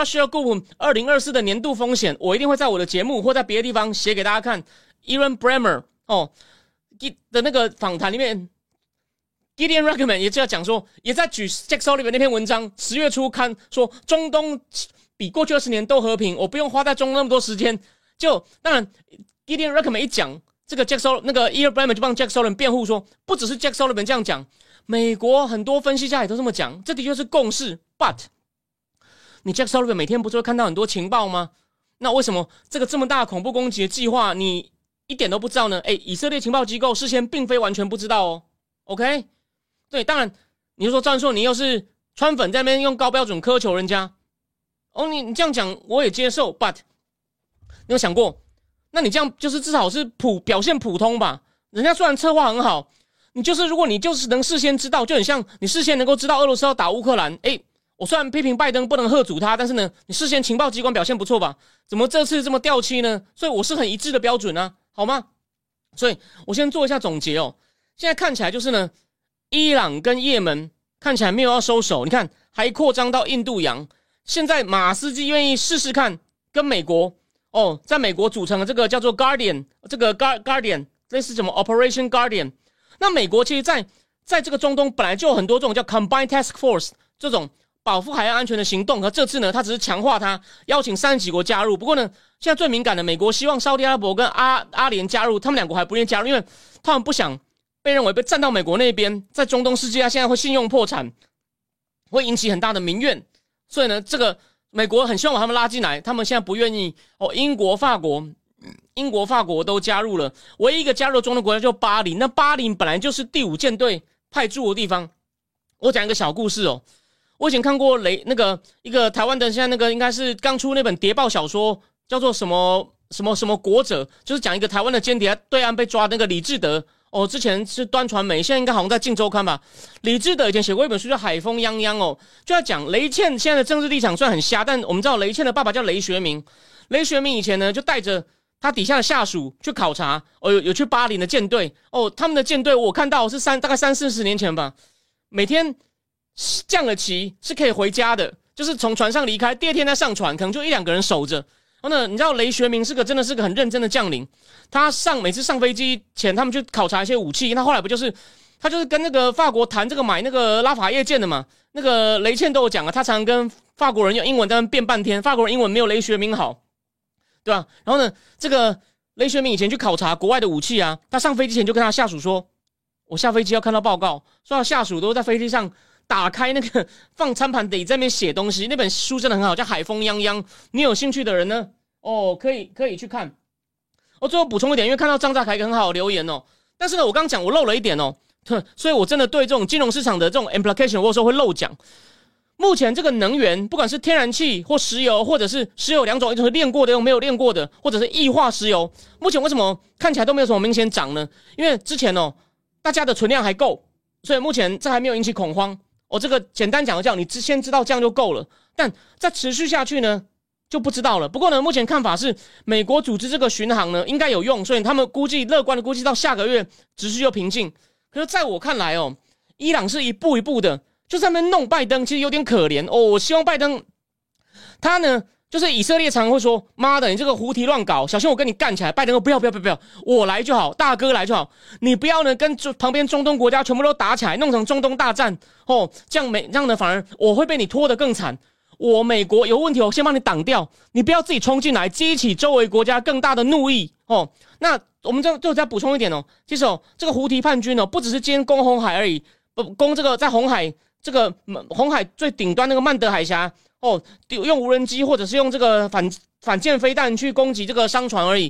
2024的年度风险，我一定会在我的节目或在别的地方写给大家看。Ian Bremmer 的那个访谈里面 ，Gideon Rackman 也在讲说，也在举 Jack Sullivan 那篇文章，10月初看说中东比过去20年都和平，我不用花在中东那么多时间。就当然 ，Gideon Rackman 一讲。这个 Ian Bremmer 就帮 Jack Sullivan 辩护说，不只是 Jack Sullivan 这样讲，美国很多分析家也都这么讲，这的确是共识。But 你 Jack Sullivan 每天不是会看到很多情报吗？那为什么这么大的恐怖攻击的计划你一点都不知道呢？以色列情报机构事先并非完全不知道哦。OK， 对，当然你就说赵硕，你又是川粉在那边用高标准苛求人家，你这样讲我也接受。But 你有想过？那你这样就是至少是表现普通吧？人家虽然策划很好，如果你就是能事先知道，就很像你事先能够知道俄罗斯要打乌克兰。我虽然批评拜登不能吓阻他，但是呢，你事先情报机关表现不错吧？怎么这次这么掉漆呢？所以我是很一致的标准啊，好吗？所以我先做一下总结哦。现在看起来就是呢，伊朗跟也门看起来没有要收手，你看还扩张到印度洋。现在马斯基愿意试试看跟美国。在美国组成的这个叫做 Guardian， 这个 Guardian 类似什么 Operation Guardian。那美国其实在这个中东本来就有很多这种叫 Combined Task Force 这种保护海岸安全的行动，和这次呢，它只是强化它，邀请30几国加入。不过呢，现在最敏感的，美国希望沙特阿拉伯跟阿联加入，他们两国还不愿意加入，因为他们不想被认为被站到美国那边，在中东世界，现在会信用破产，会引起很大的民怨。所以呢，这个美国很希望把他们拉进来，他们现在不愿意。英国、法国都加入了，唯一一个加入的中东国家就巴林。那巴林本来就是第5舰队派驻的地方。我讲一个小故事哦，我以前看过一个台湾的，现在那个应该是刚出那本谍报小说，叫做什么国者，就是讲一个台湾的间谍对岸被抓那个李志德。之前是端传媒，现在应该好像在镜周刊吧。李志德以前写过一本书叫《海风泱泱》就在讲雷倩现在的政治立场虽然很瞎，但我们知道雷倩的爸爸叫雷学明。雷学明以前呢就带着他底下的下属去考察，有去巴林的舰队。他们的舰队我看到是大概30-40年前吧，每天降了旗是可以回家的，就是从船上离开，第二天再上船，可能就1-2个人守着。然后呢，你知道雷学明真的是个很认真的将领。他每次上飞机前，他们去考察一些武器。那后来他就是跟那个法国谈这个买那个拉法叶舰的嘛。那个雷倩都有讲啊，他常常跟法国人用英文在那辩半天，法国人英文没有雷学明好，对吧？然后呢，这个雷学明以前去考察国外的武器啊，他上飞机前就跟他下属说，我下飞机要看到报告。所以他下属都在飞机上打开那个放餐盘底在那边写东西。那本书真的很好，叫《海风泱泱》，你有兴趣的人呢，可以去看。最后补充一点，因为看到张大凯很好的留言但是呢，我刚讲我漏了一点所以我真的对这种金融市场的这种 implication， 我有时候会漏讲。目前这个能源，不管是天然气或石油，或者是石油2种，一种是炼过的，一种没有炼过的，或者是液化石油，目前为什么看起来都没有什么明显涨呢？因为之前大家的存量还够，所以目前这还没有引起恐慌。这个简单讲一讲，你先知道这样就够了。但再持续下去呢，就不知道了。不过呢，目前看法是美国组织这个巡航呢应该有用，所以他们乐观的估计到下个月局势就平静。可是在我看来伊朗是一步一步的就在那边弄拜登，其实有点可怜我希望拜登他呢，就是以色列常会说妈的你这个胡提乱搞，小心我跟你干起来。拜登说不要，我来就好，大哥来就好，你不要呢跟旁边中东国家全部都打起来，弄成中东大战这样呢反而我会被你拖得更惨。我美国有问题，我先帮你挡掉，你不要自己冲进来，激起周围国家更大的怒意那我们就再补充一点其实这个胡提叛军不只是今天攻红海而已，攻这个在红海红海最顶端那个曼德海峡用无人机或者是用这个反舰飞弹去攻击这个商船而已。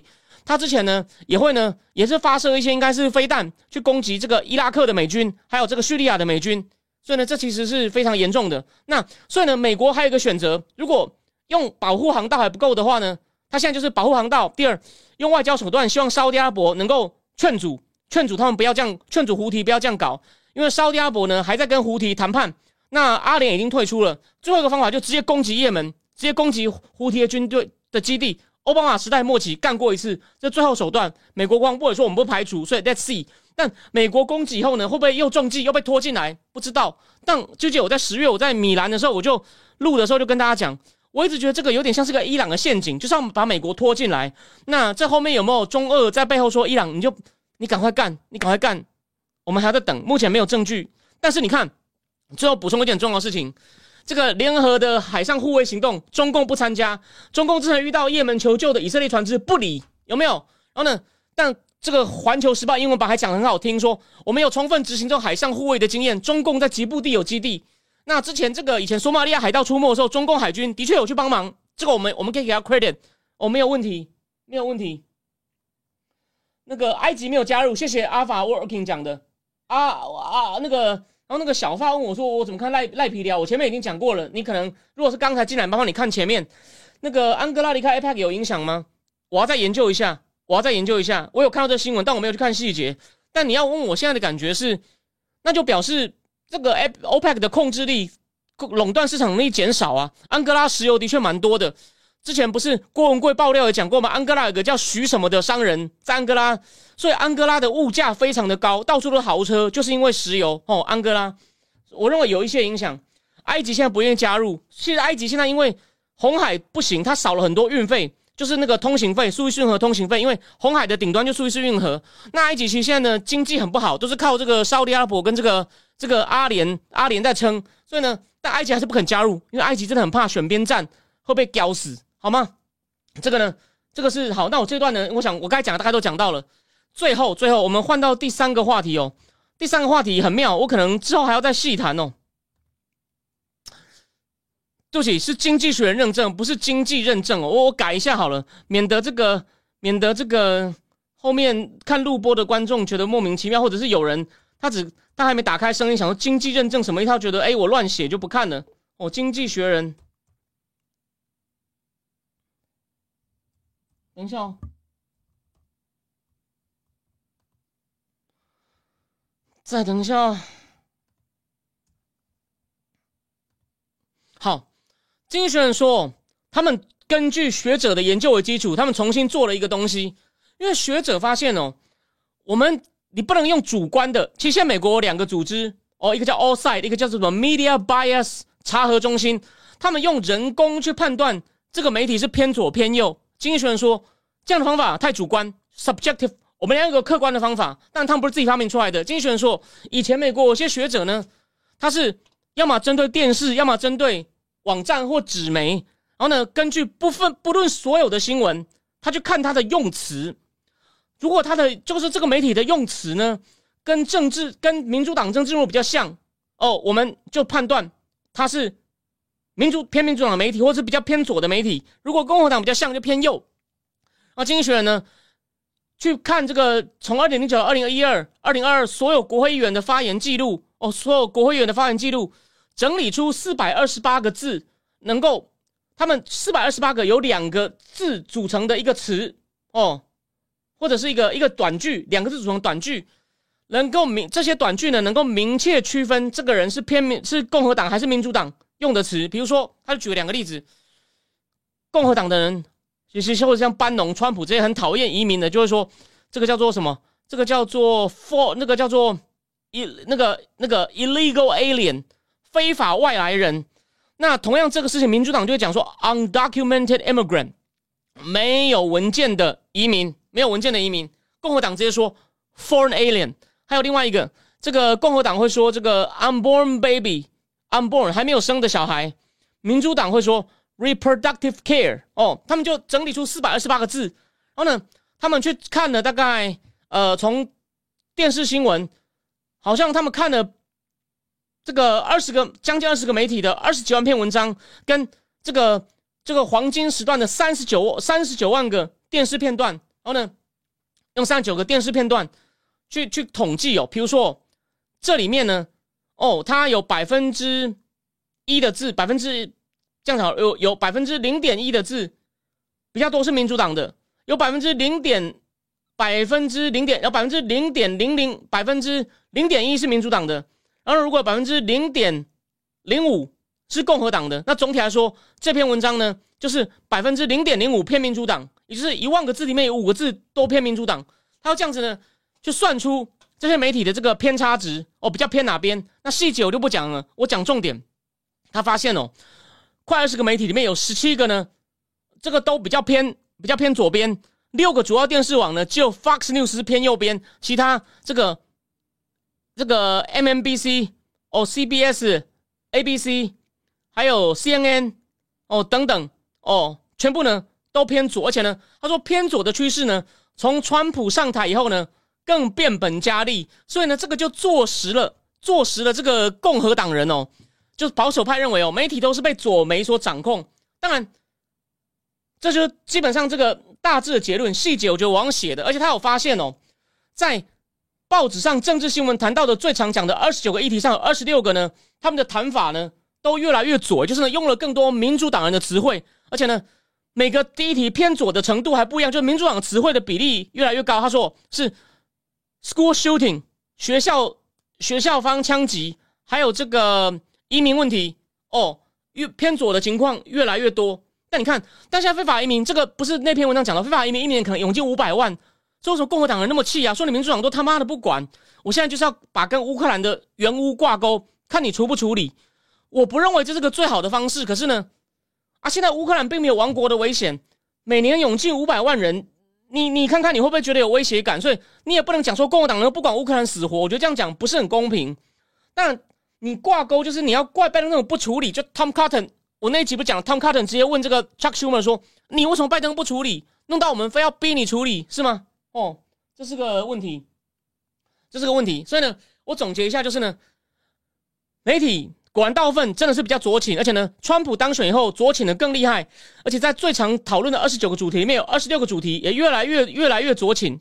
他之前呢也会呢也是发射一些应该是飞弹去攻击这个伊拉克的美军，还有这个叙利亚的美军，所以呢这其实是非常严重的。那所以呢美国还有一个选择，如果用保护航道还不够的话呢，他现在就是保护航道，第二用外交手段，希望沙特阿拉伯能够劝阻他们不要这样，劝阻胡提不要这样搞，因为沙特阿拉伯呢还在跟胡提谈判，那阿联已经退出了，最后一个方法就直接攻击也门，直接攻击胡提的军队的基地。奥巴马时代末期干过一次，这最后手段，美国光或者说我们不排除，所以 let's see。但美国攻击以后呢，会不会又中计，又被拖进来？不知道。但就记得我在10月我在米兰的时候，我就录的时候就跟大家讲，我一直觉得这个有点像是个伊朗的陷阱，就是要把美国拖进来。那这后面有没有中俄在背后说伊朗你赶快干，我们还在等，目前没有证据。但是你看，最后补充一点重要的事情。这个联合的海上护卫行动，中共不参加。中共之前遇到也门求救的以色列船只不理，有没有？然后呢？但这个《环球时报》英文版还讲得很好听，说我们有充分执行这种海上护卫的经验。中共在吉布地有基地。那之前以前索马利亚海盗出没的时候，中共海军的确有去帮忙。这个我们可以给他 credit， 没有问题。那个埃及没有加入，谢谢 Alpha Working 讲的然后那个小发问我说我怎么看赖皮聊，我前面已经讲过了，你可能如果是刚才进来，麻烦你看前面。那个安哥拉离开 APEC 有影响吗？我要再研究一下。我有看到这新闻，但我没有去看细节。但你要问我现在的感觉是，那就表示这个 OPEC 的控制力、垄断市场力减少啊。安哥拉石油的确蛮多的。之前不是郭文贵爆料也讲过吗？安哥拉有个叫徐什么的商人在安哥拉，所以安哥拉的物价非常的高，到处都是豪车，就是因为石油哦。安哥拉，我认为有一些影响。埃及现在不愿意加入，其实埃及现在因为红海不行，它少了很多运费，就是那个通行费，苏伊士运河通行费，因为红海的顶端就苏伊士运河。那埃及其实现在呢经济很不好，都是靠这个沙特阿拉伯跟这个阿联在撑，所以呢，但埃及还是不肯加入，因为埃及真的很怕选边站会被屌死。好吗？这个是好。那我这段呢，我想我刚才讲的大概都讲到了。最后，我们换到第3个话题哦。第3个话题很妙，我可能之后还要再细谈哦。对不起，是经济学人认证，不是经济认证哦。我改一下好了，免得这个后面看录播的观众觉得莫名其妙，或者是有人他还没打开声音，想说经济认证什么一套，觉得我乱写就不看了哦。经济学人。等一下哦，再等一下哦。好，经济学人说，他们根据学者的研究为基础，他们重新做了一个东西。因为学者发现哦，你不能用主观的。其实现在美国有2个组织哦，一个叫 Allside， 一个叫什么 Media Bias 查核中心，他们用人工去判断这个媒体是偏左偏右。经济学人说，这样的方法太主观 subjective， 我们要有一个客观的方法，但他们不是自己发明出来的。经济学人说，以前美国有些学者呢，他是要么针对电视，要么针对网站或纸媒，然后呢，根据不论所有的新闻，他去看他的用词。如果他的就是这个媒体的用词呢，跟民主党政治人物比较像哦，我们就判断他是偏民主党的媒体，或是比较偏左的媒体。如果共和党比较像，就偏右。然后经济学人呢，去看这个从2009到2012、2022所有国会议员的发言记录哦，所有国会议员的发言记录，整理出428个字，能够他们428个由2个字组成的一个词哦，或者是一个短句，2个字组成短句，能够这些短句呢，能够明确区分这个人是共和党还是民主党用的词。比如说，他就举了2个例子，共和党的人。其实或者像班农、川普这些很讨厌移民的，就会说这个叫做什么？这个叫做 illegal alien， 非法外来人。那同样这个事情，民主党就会讲说 undocumented immigrant， 没有文件的移民。共和党直接说 foreign alien。还有另外一个，这个共和党会说这个 unborn baby，unborn 还没有生的小孩。民主党会说reproductive care 哦，他们就整理出428个字，然后呢，他们去看了大概从电视新闻，好像他们看了这个将近20个媒体的29万篇文章，跟这个黄金时段的39万个电视片段然后呢，用39个电视片段去统计哦，比如说这里面呢，它有1%的字，这样好，有0.1%的字比较多是民主党的，有0.000%是民主党的，然后如果0.05%是共和党的，那总体来说，这篇文章呢，就是0.05%偏民主党，也就是10000个字里面有5个字都偏民主党。他要这样子呢，就算出这些媒体的这个偏差值比较偏哪边。那细节我就不讲了，我讲重点。他发现快20个媒体里面有17个呢，这个都比较偏左边。6个主要电视网呢，只有 Fox News 是偏右边，其他这个 MSNBC、CBS、ABC 还有 CNN 等等全部呢都偏左，而且呢，他说偏左的趋势呢，从川普上台以后呢，更变本加厉，所以呢，这个就坐实了这个共和党人就是保守派认为媒体都是被左媒所掌控。当然，这就基本上这个大致的结论，细节我觉得网上写的，而且他有发现在报纸上政治新闻谈到的最常讲的29个议题上，有26个呢，他们的谈法呢都越来越左，就是呢用了更多民主党人的词汇，而且呢每个第一题偏左的程度还不一样，就是民主党词汇的比例越来越高。他说是 school shooting 学校方枪击，还有这个移民问题越偏左的情况越来越多。但你看，但现在非法移民这个不是那篇文章讲的，非法移民一年可能涌进500万，所以为什么共和党人那么气啊？说你民主党都他妈的不管，我现在就是要把跟乌克兰的援乌挂钩，看你处不处理。我不认为这是个最好的方式，可是呢，现在乌克兰并没有亡国的危险，每年涌进500万人，你看看你会不会觉得有威胁感？所以你也不能讲说共和党人不管乌克兰死活，我觉得这样讲不是很公平。但你挂钩就是你要怪拜登那种不处理，就 Tom Cotton， 我那一集不讲 Tom Cotton 直接问这个 Chuck Schumer 说，你为什么拜登不处理，弄到我们非要逼你处理是吗？这是个问题，所以呢，我总结一下就是呢，媒体果然大部分真的是比较左倾，而且呢，川普当选以后左倾的更厉害，而且在最常讨论的29个主题里面有26个主题也越来越左倾，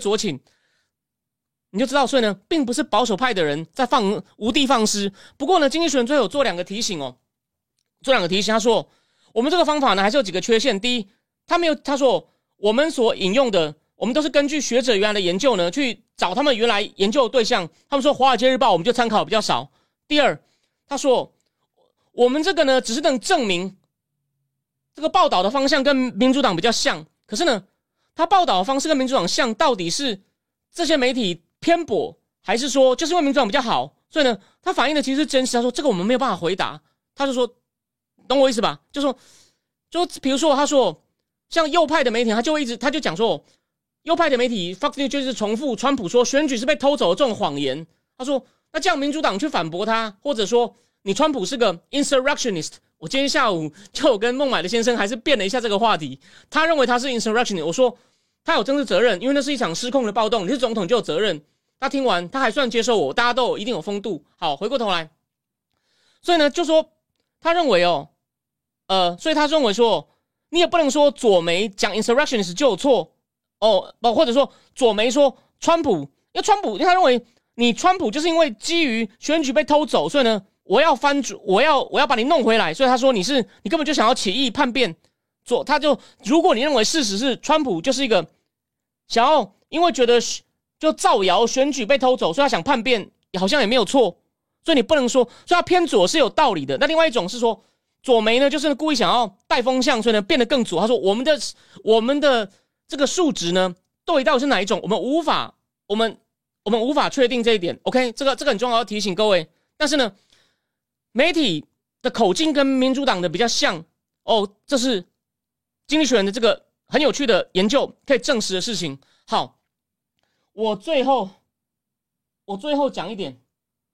你就知道，所以呢，并不是保守派的人在无的放矢。不过呢，经济学人最后有做2个提醒他说我们这个方法呢还是有几个缺陷。第一，他说我们所引用的，我们都是根据学者原来的研究呢去找他们原来研究的对象，他们说《华尔街日报》我们就参考比较少。第二，他说我们这个呢只是能证明这个报道的方向跟民主党比较像，可是呢，他报道的方式跟民主党像，到底是这些媒体偏颇，还是说就是因为民主党比较好，所以呢，他反映的其实是真实。他说这个我们没有办法回答，他就说，懂我意思吧？就比如说他说，像右派的媒体，他就讲说，右派的媒体 Fox News 就是重复川普说选举是被偷走的这种谎言。他说，那这样民主党去反驳他，或者说你川普是个 insurrectionist。我今天下午就有跟孟买的先生还是辩了一下这个话题，他认为他是 insurrectionist， 我说他有政治责任，因为那是一场失控的暴动，你是总统就有责任。他听完他还算接受我，大家都一定有风度。好，回过头来，所以呢，就说他认为所以他认为说，你也不能说左媒讲 insurrectionist 就有错或者说左媒说川普，因为他认为你川普就是因为基于选举被偷走，所以呢，我要把你弄回来，所以他说你根本就想要起义叛变。他就如果你认为事实是川普就是一个想要因为觉得就造谣选举被偷走，所以他想叛变，好像也没有错，所以你不能说，所以他偏左是有道理的。那另外一种是说，左媒呢就是故意想要带风向，所以呢变得更左。他说我们的这个数值呢到底是哪一种，我们无法确定这一点。OK， 这个很重要，要提醒各位。但是呢，媒体的口径跟民主党的比较像这是经济学人的这个很有趣的研究可以证实的事情。好，我最后讲一点，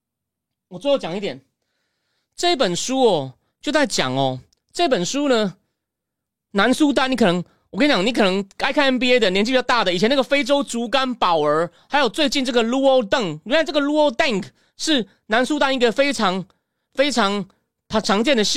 这本书就在讲这本书呢，南苏丹我跟你讲，你可能爱看 NBA 的年纪比较大的，以前那个非洲竹竿宝儿，还有最近这个 Luol Deng， 原来这个 Luol Deng 是南苏丹一个非常非常常见的姓。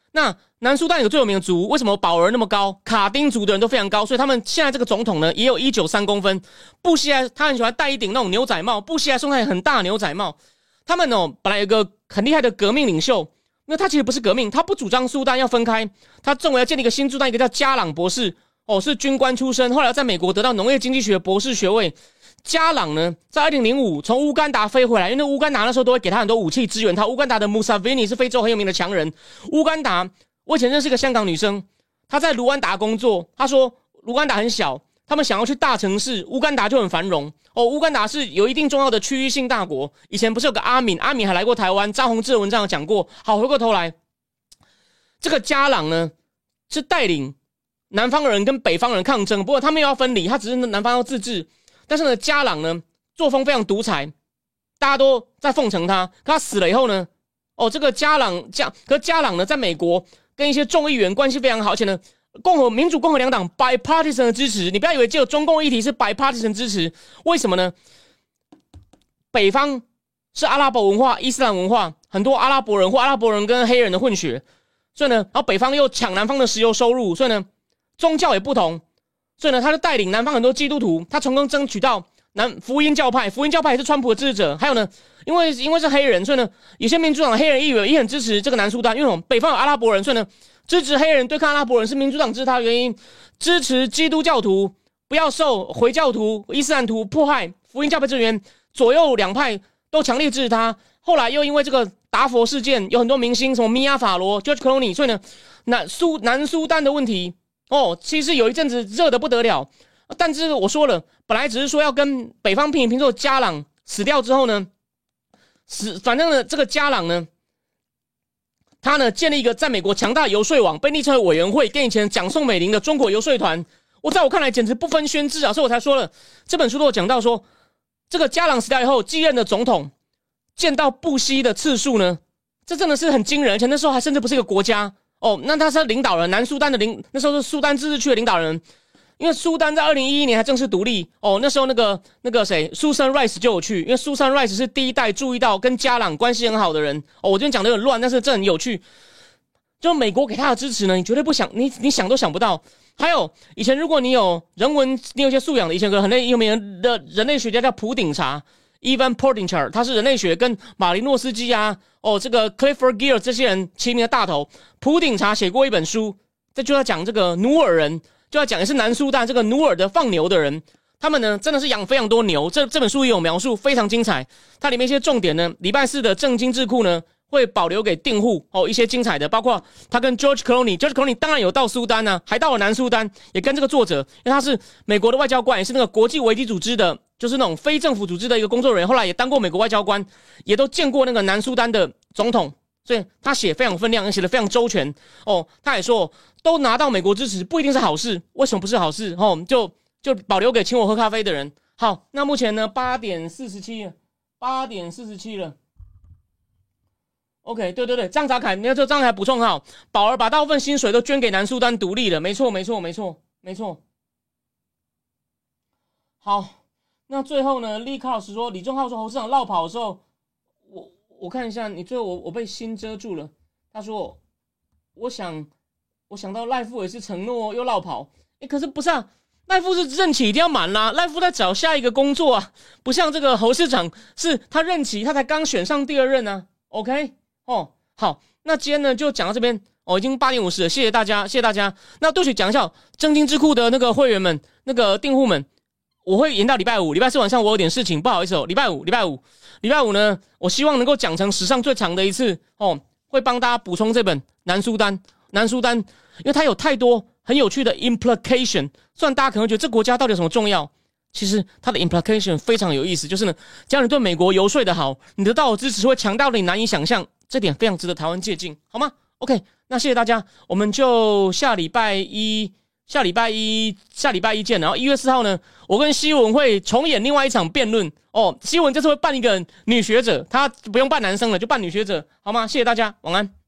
那南苏丹有个最有名的族，为什么保额那么高？卡丁族的人都非常高，所以他们现在这个总统呢也有193公分。布希埃他很喜欢戴一顶那种牛仔帽，布希埃送他很大的牛仔帽。他们本来有一个很厉害的革命领袖，那他其实不是革命，他不主张苏丹要分开，他认为要建立一个新苏丹，一个叫加朗博士，是军官出身，后来在美国得到农业经济学博士学位。加朗呢，在2005从乌干达飞回来，因为乌干达那时候都会给他很多武器支援他。乌干达的穆萨维尼是非洲很有名的强人。乌干达，我以前认识一个香港女生，她在卢安达工作，她说卢安达很小，他们想要去大城市，乌干达就很繁荣。乌干达是有一定重要的区域性大国。以前不是有个阿敏还来过台湾，张宏志的文章有讲过。好，回过头来，这个加朗呢是带领南方人跟北方人抗争，不过他没有要分离，他只是南方要自治。但是呢，加朗呢作风非常独裁，大家都在奉承他。可他死了以后呢，这个加朗呢，在美国跟一些众议员关系非常好，而且呢，民主共和两党 bipartisan 的支持。你不要以为只有中共议题是 bipartisan 支持，为什么呢？北方是阿拉伯文化、伊斯兰文化，很多阿拉伯人或阿拉伯人跟黑人的混血，所以呢，然后北方又抢南方的石油收入，所以呢，宗教也不同。所以呢，他就带领南方很多基督徒，他成功争取到福音教派也是川普的支持者。还有呢，因为是黑人，所以呢，有些民主党的黑人议员也很支持这个南苏丹，因为北方有阿拉伯人，所以呢，支持黑人对抗阿拉伯人是民主党支持他的原因。支持基督教徒不要受回教徒、伊斯兰徒迫害，福音教派成员左右两派都强烈支持他。后来又因为这个达佛事件，有很多明星什么米亚法罗、George Clooney， 所以呢，南苏丹的问题。其实有一阵子热得不得了，但是我说了，本来只是说要跟北方平起平坐。加朗死掉之后呢，反正呢，这个加朗呢，他呢建立一个在美国强大游说网，被昵称为委员会，跟以前蒋宋美龄的中国游说团，在我看来简直不分轩轾啊！所以我才说了，这本书都有讲到说，这个加朗死掉以后，继任的总统见到布希的次数呢，这真的是很惊人，而且那时候还甚至不是一个国家。那他是领导人，南苏丹的那时候是苏丹自治区的领导人，因为苏丹在2011年还正式独立。那时候那个谁，Susan Rice 就有去，因为 Susan Rice 是第一代注意到跟加朗关系很好的人。我这边讲的有点乱，但是这很有趣。就美国给他的支持呢，你绝对不想，你想都想不到。还有以前如果你有人文，你有一些素养的，以前有个很有名的人类学家叫普鼎查 ，Evan Portinchar， 他是人类学跟马林诺斯基啊。这个 Clifford Geertz 这些人齐名的大头，普鼎查写过一本书，这就要讲这个努尔人，就要讲也是南苏丹这个努尔的放牛的人，他们呢真的是养非常多牛，这本书也有描述，非常精彩。它里面一些重点呢，礼拜四的正经智库呢会保留给订户一些精彩的，包括他跟 George Clooney 当然有到苏丹啊，还到了南苏丹，也跟这个作者，因为他是美国的外交官，也是那个国际危机组织的。就是那种非政府组织的一个工作人员，后来也当过美国外交官，也都见过那个南苏丹的总统，所以他写非常有分量，也写得非常周全。他也说，都拿到美国支持不一定是好事，为什么不是好事？就保留给请我喝咖啡的人。好，那目前呢8点47了。OK， 对，张扎凯，你要说张凯补充好，保尔把大部分薪水都捐给南苏丹独立了，没错。好。那最后呢，李康老师说，李正浩说侯市长落跑的时候，我看一下，你最后我被心遮住了。他说，我想到赖夫也是承诺又落跑，可是不是啊，赖夫是任期一定要满啦，赖夫在找下一个工作啊，不像这个侯市长是他任期他才刚选上第2任啊。OK， 好，那今天呢就讲到这边，已经8点50了，谢谢大家。那对不起，讲一下正经智库的那个会员们，那个订户们。我会延到礼拜5，礼拜4晚上我有点事情，不好意思礼拜五呢，我希望能够讲成史上最长的一次会帮大家补充这本南苏丹，因为它有太多很有趣的 implication， 虽然大家可能觉得这国家到底有什么重要，其实它的 implication 非常有意思，就是呢，只要你对美国游说的好，你得到的支持会强大的你难以想象，这点非常值得台湾借鉴，好吗 ？OK， 那谢谢大家，我们就下礼拜一见，然后1月4号呢，我跟希文会重演另外一场辩论希文这次会扮一个女学者，她不用扮男生了，就扮女学者，好吗？谢谢大家，晚安。